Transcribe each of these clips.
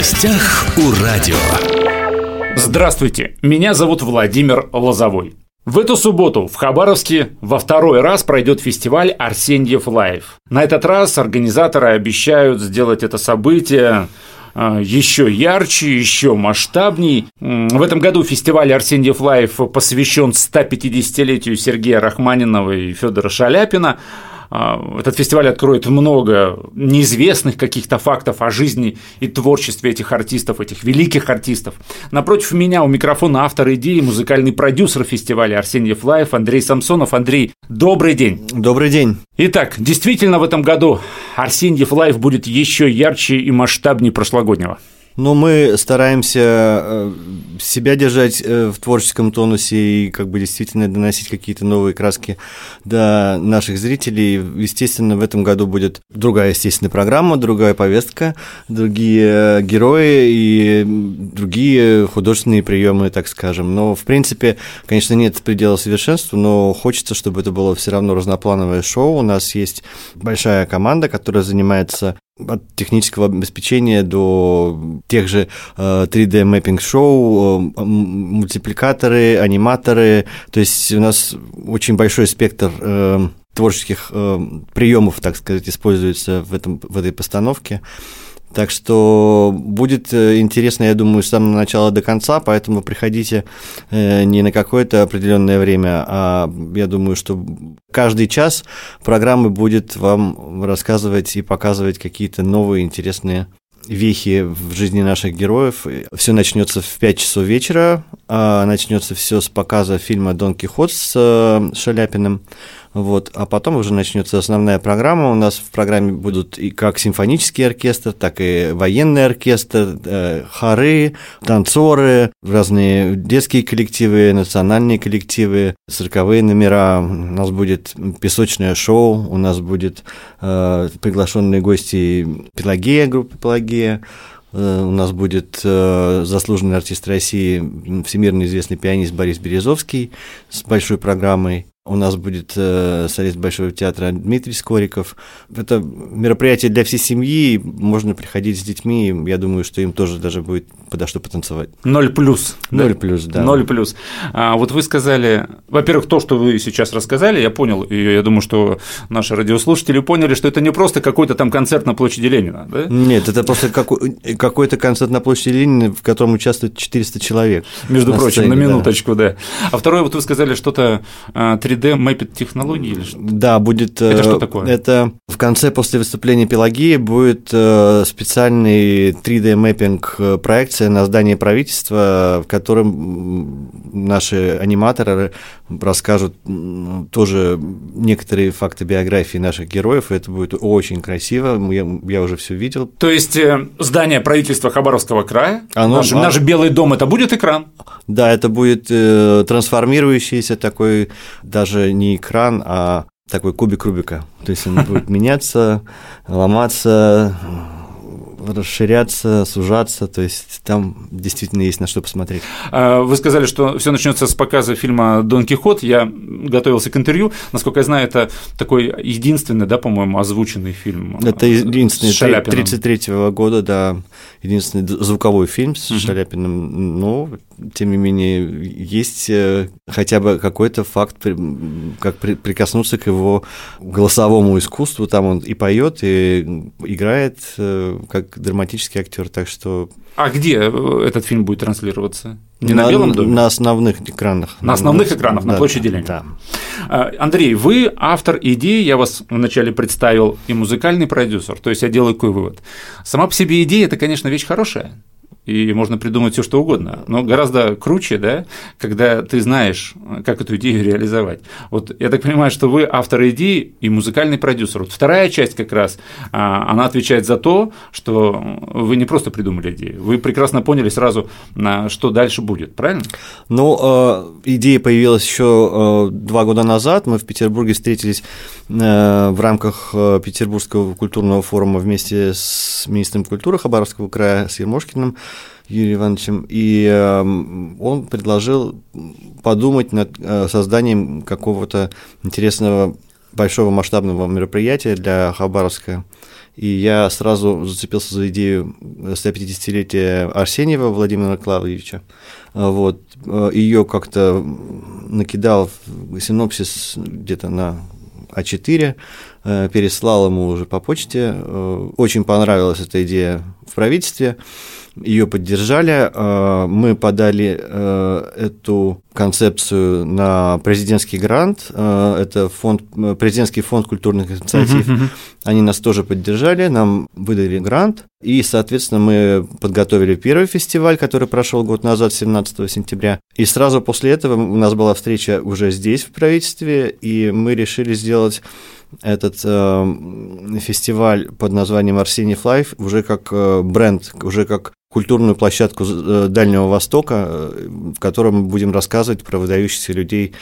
гостях у радио. Здравствуйте, меня зовут Владимир Лозовой. В эту субботу в Хабаровске во второй раз пройдет фестиваль «Арсеньев Лайв». На этот раз организаторы обещают сделать это событие еще ярче, еще масштабней. В этом году фестиваль «Арсеньев Лайв» посвящен 150-летию Сергея Рахманинова и Федора Шаляпина. Этот фестиваль откроет много неизвестных каких-то фактов о жизни и творчестве этих артистов, этих великих артистов. Напротив меня у микрофона автор идеи, музыкальный продюсер фестиваля «Арсеньев Лайв» Андрей Самсонов. Андрей, добрый день. Добрый день. Итак, действительно в этом году «Арсеньев Лайв» будет еще ярче и масштабнее прошлогоднего. Но мы стараемся себя держать в творческом тонусе и действительно доносить какие-то новые краски до наших зрителей. Естественно, в этом году будет другая, естественно, программа, другая повестка, другие герои и другие художественные приемы, так скажем. Но, в принципе, конечно, нет предела совершенству, но хочется, чтобы это было все равно разноплановое шоу. У нас есть большая команда, которая занимается от технического обеспечения до тех же 3D-мэппинг-шоу, мультипликаторы, аниматоры. То есть у нас очень большой спектр творческих приемов, так сказать, используется в этой постановке. Так что будет интересно, я думаю, с самого начала до конца, поэтому приходите не на какое-то определенное время, а я думаю, что каждый час программы будет вам рассказывать и показывать какие-то новые интересные вехи в жизни наших героев. Все начнется в 5 часов вечера, начнется все с показа фильма «Дон Кихот» с Шаляпиным. А потом уже начнется основная программа. У нас в программе будут и как симфонический оркестр, так и военный оркестр, хоры, танцоры, разные детские коллективы, национальные коллективы, цирковые номера. У нас будет песочное шоу, у нас будет приглашенные гости Пелагея, группа Пелагея. У нас будет заслуженный артист России, всемирно известный пианист Борис Березовский с большой программой. У нас будет солист Большого театра Дмитрий Скориков. Это мероприятие для всей семьи, можно приходить с детьми, я думаю, что им тоже даже будет подо что потанцевать. 0+. 0+, да. 0+. Вот вы сказали, во-первых, то, что вы сейчас рассказали, я понял, и я думаю, что наши радиослушатели поняли, что это не просто какой-то там концерт на площади Ленина, да? Нет, это просто какой-то концерт на площади Ленина, в котором участвует 400 человек. Между прочим, на минуточку, да. А второе, вот вы сказали что-то 3D-мэппинг технологии или что? Да, будет. Это что такое? Это в конце, после выступления Пелагеи, будет специальный 3D-мэппинг проекция на здание правительства, в котором наши аниматоры расскажут тоже некоторые факты биографии наших героев, и это будет очень красиво, я уже все видел. То есть здание правительства Хабаровского края, наш Белый дом, это будет экран? Да, это будет трансформирующийся такой, даже не экран, а такой кубик Рубика. То есть он будет меняться, ломаться, расширяться, сужаться, то есть там действительно есть на что посмотреть. Вы сказали, что все начнется с показа фильма «Дон Кихот». Я готовился к интервью. Насколько я знаю, это такой единственный, да, по-моему, озвученный фильм. Это единственный 1933 года, да, единственный звуковой фильм с Шаляпиным. Но, тем не менее, есть хотя бы какой-то факт, как прикоснуться к его голосовому искусству. Там он и поет, и играет как драматический актер, так что… А где этот фильм будет транслироваться? Не на Белом доме? На основных экранах. На основных экранах, на площади Ленина. Да. Андрей, вы автор идеи, я вас вначале представил, и музыкальный продюсер, то есть я делаю какой вывод. Сама по себе идея – это, конечно, вещь хорошая, и можно придумать все что угодно, но гораздо круче, да, когда ты знаешь, как эту идею реализовать. Вот я так понимаю, что вы автор идеи и музыкальный продюсер. Вот вторая часть как раз, она отвечает за то, что вы не просто придумали идею, вы прекрасно поняли сразу, что дальше будет, правильно? Ну, идея появилась еще 2 года назад. Мы в Петербурге встретились в рамках Петербургского культурного форума вместе с министром культуры Хабаровского края, с Ермошкиным Юрием Ивановичем, и он предложил подумать над созданием какого-то интересного большого масштабного мероприятия для Хабаровска. И я сразу зацепился за идею 150-летия Арсеньева Владимира Клавдевича. Вот. Ее как-то накидал в синопсис где-то на А4, переслал ему уже по почте. Очень понравилась эта идея в правительстве. Ее поддержали, мы подали эту концепцию на президентский грант, это президентский фонд культурных инициатив, они нас тоже поддержали, нам выдали грант, и, соответственно, мы подготовили первый фестиваль, который прошел год назад, 17 сентября, и сразу после этого у нас была встреча уже здесь, в правительстве, и мы решили сделать этот фестиваль под названием Арсеньев Лайв уже как бренд, уже как культурную площадку Дальнего Востока, в котором мы будем рассказывать про выдающихся людей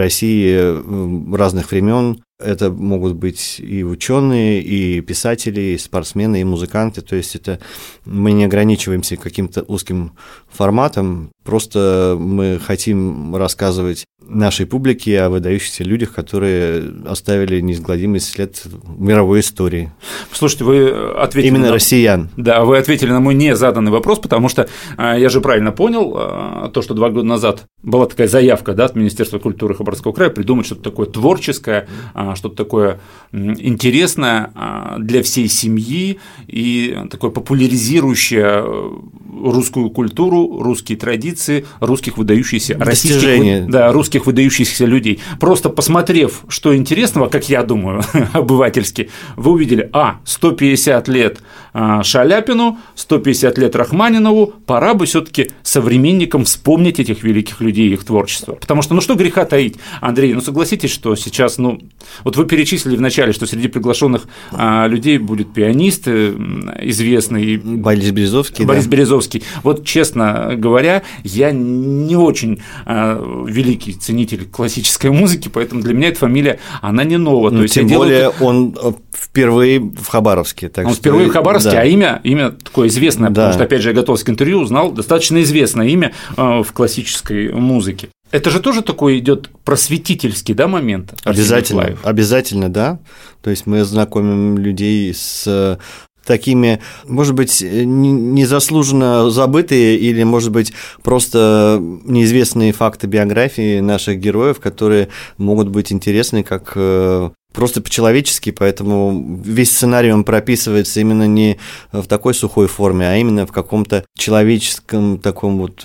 России разных времен. Это могут быть и ученые, и писатели, и спортсмены, и музыканты. То есть это мы не ограничиваемся каким-то узким форматом, просто мы хотим рассказывать нашей публике о выдающихся людях, которые оставили неизгладимый след в мировой истории. Слушайте, вы ответили именно россиян. Да, вы ответили на мой незаданный вопрос, потому что я же правильно понял, то, что 2 года назад была такая заявка, да, от Министерства культуры Хабаровского края придумать что-то такое творческое, что-то такое интересное для всей семьи и такое популяризирующее русскую культуру, русские традиции, русских выдающихся русских выдающихся людей. Просто посмотрев, что интересного, как я думаю, обывательски, вы увидели: 150 лет Шаляпину, 150 лет Рахманинову, пора бы все-таки современникам вспомнить этих великих людей и их творчество. Потому что, что греха таить, Андрей, согласитесь, что сейчас, вот вы перечислили вначале, что среди приглашенных людей будет пианист известный Борис Березовский. Березовский. Вот, честно говоря, я не очень великий ценитель классической музыки, поэтому для меня эта фамилия, она не нова. То есть тем более он впервые в Хабаровске. Он впервые в Хабаровске, да. А имя такое известное, потому что, опять же, я готовился к интервью, узнал достаточно известное имя в классической музыке. Это же тоже такой идет просветительский, да, момент? Обязательно, да. То есть мы знакомим людей с такими, может быть, незаслуженно забытые или, может быть, просто неизвестные факты биографии наших героев, которые могут быть интересны как просто по-человечески, поэтому весь сценарий он прописывается именно не в такой сухой форме, а именно в каком-то человеческом таком вот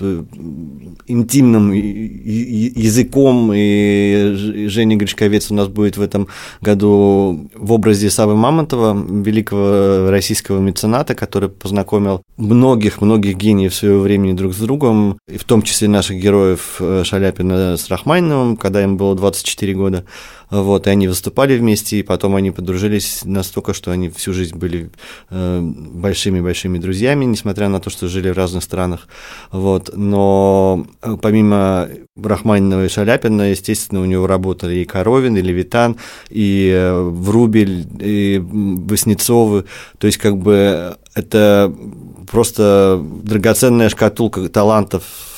интимном языком. И Женя Гришковец у нас будет в этом году в образе Саввы Мамонтова, великого российского мецената, который познакомил многих гениев своего времени друг с другом, и в том числе наших героев Шаляпина с Рахманиновым, когда им было 24 года. Вот, и они выступали вместе, и потом они подружились настолько, что они всю жизнь были большими-большими друзьями, несмотря на то, что жили в разных странах. Вот, но помимо Рахманинова и Шаляпина, естественно, у него работали и Коровин, и Левитан, и Врубель, и Васнецовы. То есть, как бы, это просто драгоценная шкатулка талантов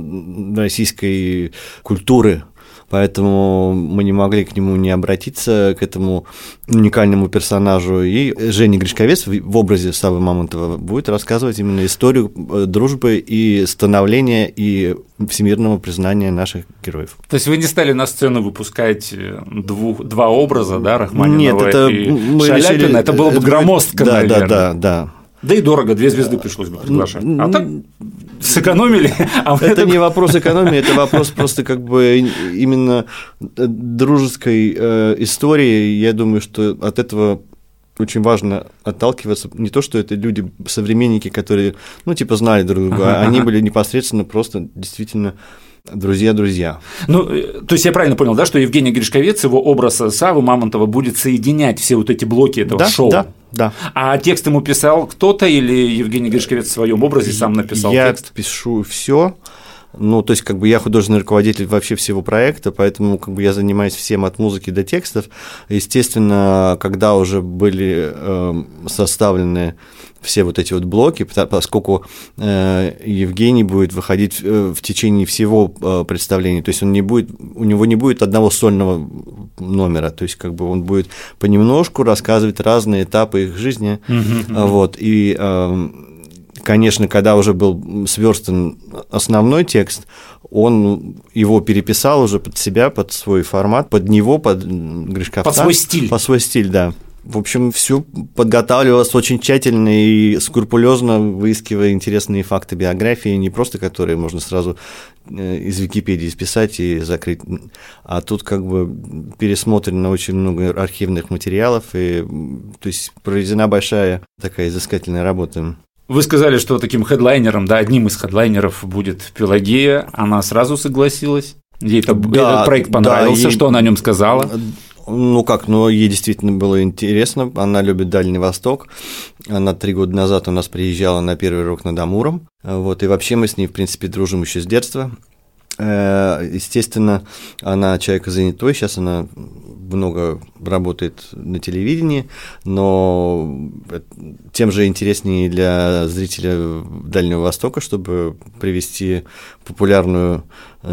российской культуры. Поэтому мы не могли к нему не обратиться, к этому уникальному персонажу. И Женя Гришковец в образе Саввы Мамонтова будет рассказывать именно историю дружбы и становления и всемирного признания наших героев. То есть вы не стали на сцену выпускать два образа, да, Рахманинова и Шаляпина? Это было бы громоздко, наверное. Да. Да и дорого, 2 звезды пришлось бы приглашать. А так сэкономили. Это не вопрос экономии, это вопрос просто как бы именно дружеской истории. Я думаю, что от этого очень важно отталкиваться. Не то, что это люди, современники, которые, знали друг друга, они были непосредственно просто действительно друзья. То есть я правильно понял, да, что Евгений Гришковец, его образ Саввы Мамонтова будет соединять все вот эти блоки этого шоу? Да. А текст ему писал кто-то или Евгений Гришковец в своем образе сам написал текст? Я пишу все. Ну, то есть, как бы я художественный руководитель вообще всего проекта, поэтому как бы я занимаюсь всем от музыки до текстов. Естественно, когда уже были составлены все вот эти вот блоки, поскольку Евгений будет выходить в течение всего представления, то есть у него не будет одного сольного номера, то есть как бы он будет понемножку рассказывать разные этапы их жизни, вот, и конечно, когда уже был сверстан основной текст, он его переписал уже под себя, под свой формат, под него, под Гришковца. Под свой стиль. Под свой стиль, да. В общем, все подготавливалось очень тщательно и скрупулезно, выискивая интересные факты биографии, не просто которые можно сразу из Википедии списать и закрыть, а тут как бы пересмотрено очень много архивных материалов, и то есть проведена большая такая изыскательная работа. Вы сказали, что таким хедлайнером, да, одним из хедлайнеров будет Пелагея, она сразу согласилась? Ей этот проект понравился, что она о нем сказала? Ну как, ей действительно было интересно, она любит Дальний Восток, она 3 года назад у нас приезжала на первый рок над Амуром, вот, и вообще мы с ней, в принципе, дружим еще с детства. Естественно, она человек занятой, сейчас она много работает на телевидении, но тем же интереснее для зрителя Дальнего Востока, чтобы привести популярную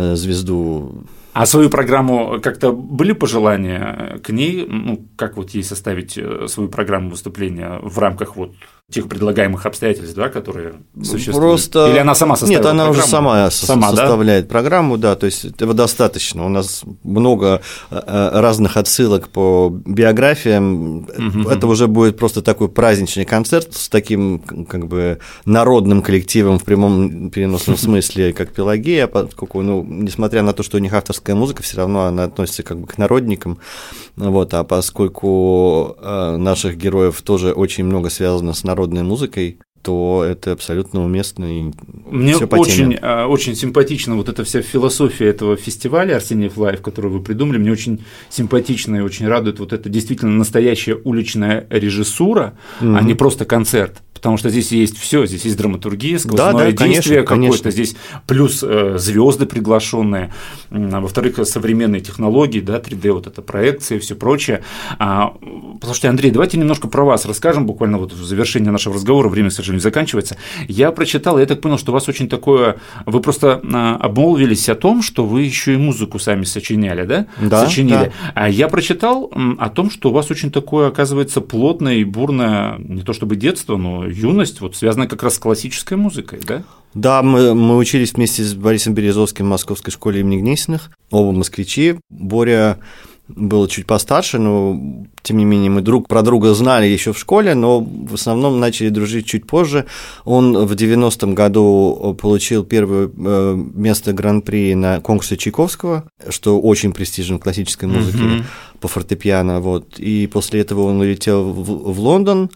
звезду. А свою программу как-то были пожелания к ней, ну, как вот ей составить свою программу выступления в рамках вот тех предлагаемых обстоятельств, да, которые существуют? Просто... Или она сама составила Нет, она программу? уже сама составляет, да? Программу, да, то есть этого достаточно. У нас много разных отсылок по биографиям. Это уже будет просто такой праздничный концерт с таким как бы народным коллективом в прямом переносном смысле, как Пелагея, поскольку, несмотря на то, что у них авторская музыка, все равно она относится как бы к народникам. Вот, а поскольку наших героев тоже очень много связано с народной музыкой, то это абсолютно уместно. И мне всё по теме. очень симпатична вот эта вся философия этого фестиваля Арсеньев Лайв, который вы придумали. Мне очень симпатично и очень радует вот это действительно настоящая уличная режиссура, а не просто концерт. Потому что здесь есть все, здесь есть драматургия, сквозное действие какое-то, здесь плюс звезды приглашенные, во-вторых, современные технологии, да, 3D, вот это проекции и все прочее. Послушайте, Андрей, давайте немножко про вас расскажем, буквально вот в завершении нашего разговора, время, к сожалению, заканчивается. Я прочитал, я так понял, что у вас очень такое, вы просто обмолвились о том, что вы еще и музыку сами сочиняли, да? Да. Сочинили. Да. А я прочитал о том, что у вас очень такое, оказывается, плотное и бурное, не то чтобы детство, но юность, вот связанная как раз с классической музыкой, да? Да, мы учились вместе с Борисом Березовским в Московской школе имени Гнесиных, оба москвичи. Боря был чуть постарше, но тем не менее мы друг про друга знали еще в школе, но в основном начали дружить чуть позже. Он в 90-м году получил первое место гран-при на конкурсе Чайковского, что очень престижно в классической музыке по фортепиано. Вот. И после этого он улетел в Лондон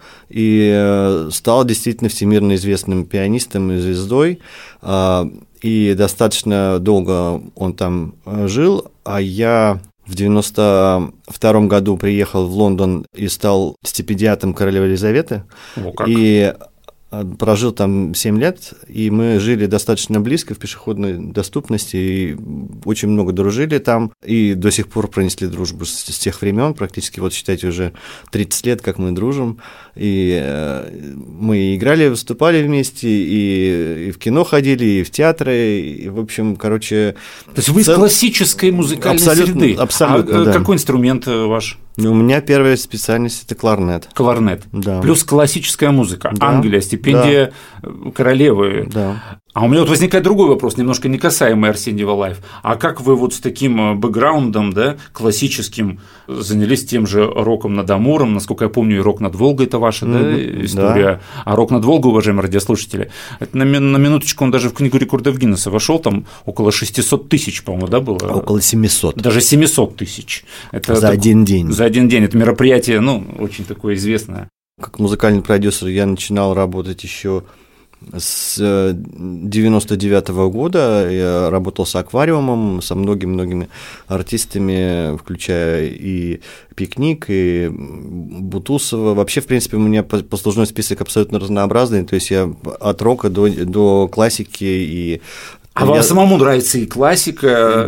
и стал действительно всемирно известным пианистом и звездой. И достаточно долго он там жил, а я в 92-м году приехал в Лондон и стал стипендиатом королевы Елизаветы. И прожил там 7 лет, и мы жили достаточно близко в пешеходной доступности, и очень много дружили там, и до сих пор пронесли дружбу с тех времен, практически, вот считайте, уже 30 лет, как мы дружим, и мы играли, выступали вместе, и в кино ходили, и в театры, и, в общем, короче... То есть вы из классической музыкальной среды. Абсолютно, да. Какой инструмент ваш? У меня первая специальность – это кларнет. Кларнет. Да. Плюс классическая музыка. Да. Англия, стипендия королевы. Да. А у меня вот возникает другой вопрос, немножко не касаемый Арсеньева Лайв. А как вы вот с таким бэкграундом, да, классическим, занялись тем же роком над Амуром? Насколько я помню, и рок над Волгой – это ваша история. Да. А рок над Волгой, уважаемые радиослушатели, это на минуточку он даже в книгу рекордов Гиннесса вошел, там около 600 тысяч, по-моему, да, было? Около 700. Даже 700 тысяч. Это за один день. За один день. Это мероприятие, очень такое известное. Как музыкальный продюсер я начинал работать еще с 99-го года. Я работал с «Аквариумом», со многими-многими артистами, включая и «Пикник», и Бутусова. Вообще, в принципе, у меня послужной список абсолютно разнообразный, то есть я от рока до классики и А вам самому нравится и классика,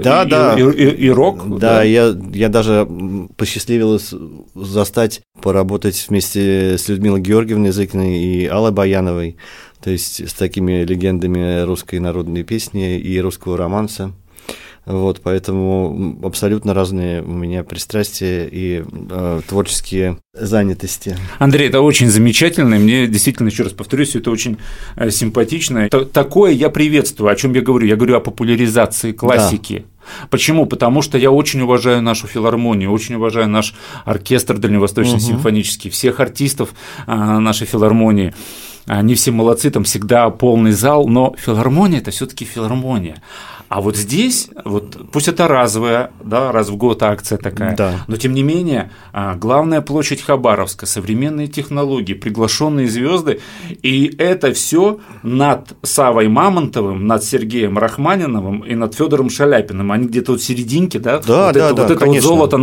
и рок? Да, я даже посчастливилось застать, поработать вместе с Людмилой Георгиевной Зыкиной и Аллой Баяновой, то есть с такими легендами русской народной песни и русского романса. Вот, поэтому абсолютно разные у меня пристрастия и творческие занятости. Андрей, это очень замечательно, и мне действительно, еще раз повторюсь, это очень симпатично. Такое я приветствую. О чем я говорю? Я говорю о популяризации классики. Да. Почему? Потому что я очень уважаю нашу филармонию, очень уважаю наш оркестр Дальневосточно-симфонический, всех артистов нашей филармонии. Они все молодцы, там всегда полный зал, но филармония – это все-таки филармония. А вот здесь, вот, пусть это разовая, да, раз в год акция такая, да, но тем не менее, главная площадь Хабаровска, современные технологии, приглашенные звезды, и это все над Савой Мамонтовым, над Сергеем Рахманиновым и над Федором Шаляпиным. Они где-то вот в серединке, да? Это вот золото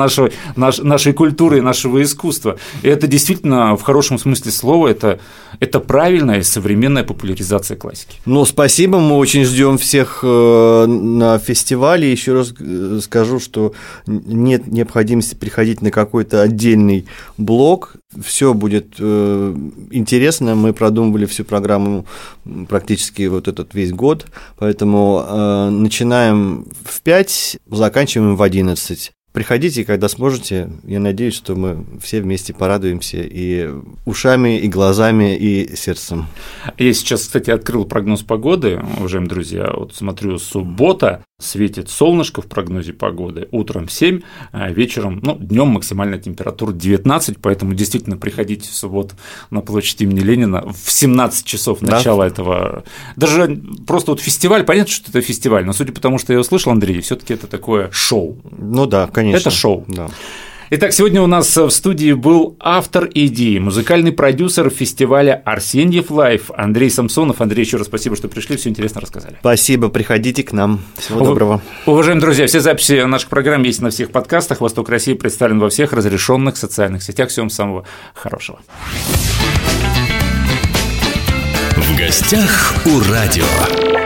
нашей культуры и нашего искусства. И это действительно, в хорошем смысле слова, это правильная и современная популяризация классики. Ну, спасибо, мы очень ждем всех на фестивале. Еще раз скажу, что нет необходимости приходить на какой-то отдельный блок. Все будет интересно. Мы продумывали всю программу практически вот этот весь год, поэтому начинаем в 5, заканчиваем в 11. Приходите, когда сможете. Я надеюсь, что мы все вместе порадуемся и ушами, и глазами, и сердцем. Я сейчас, кстати, открыл прогноз погоды, уважаемые друзья. Вот смотрю, суббота, светит солнышко в прогнозе погоды, утром 7, а вечером, днем максимальная температура 19, поэтому действительно приходите в субботу на площадь имени Ленина в 17 часов начала этого. Даже просто вот фестиваль, понятно, что это фестиваль, но судя по тому, что я услышал, Андрей, все-таки это такое шоу. Ну да, конечно. Это шоу. Да. Итак, сегодня у нас в студии был автор идеи, музыкальный продюсер фестиваля «Арсеньев Лайв» Андрей Самсонов. Андрей, еще раз спасибо, что пришли, все интересно рассказали. Спасибо, приходите к нам. Всего доброго. Уважаемые друзья, все записи наших программ есть на всех подкастах. «Восток России» представлен во всех разрешенных социальных сетях. Всем самого хорошего. В гостях у радио.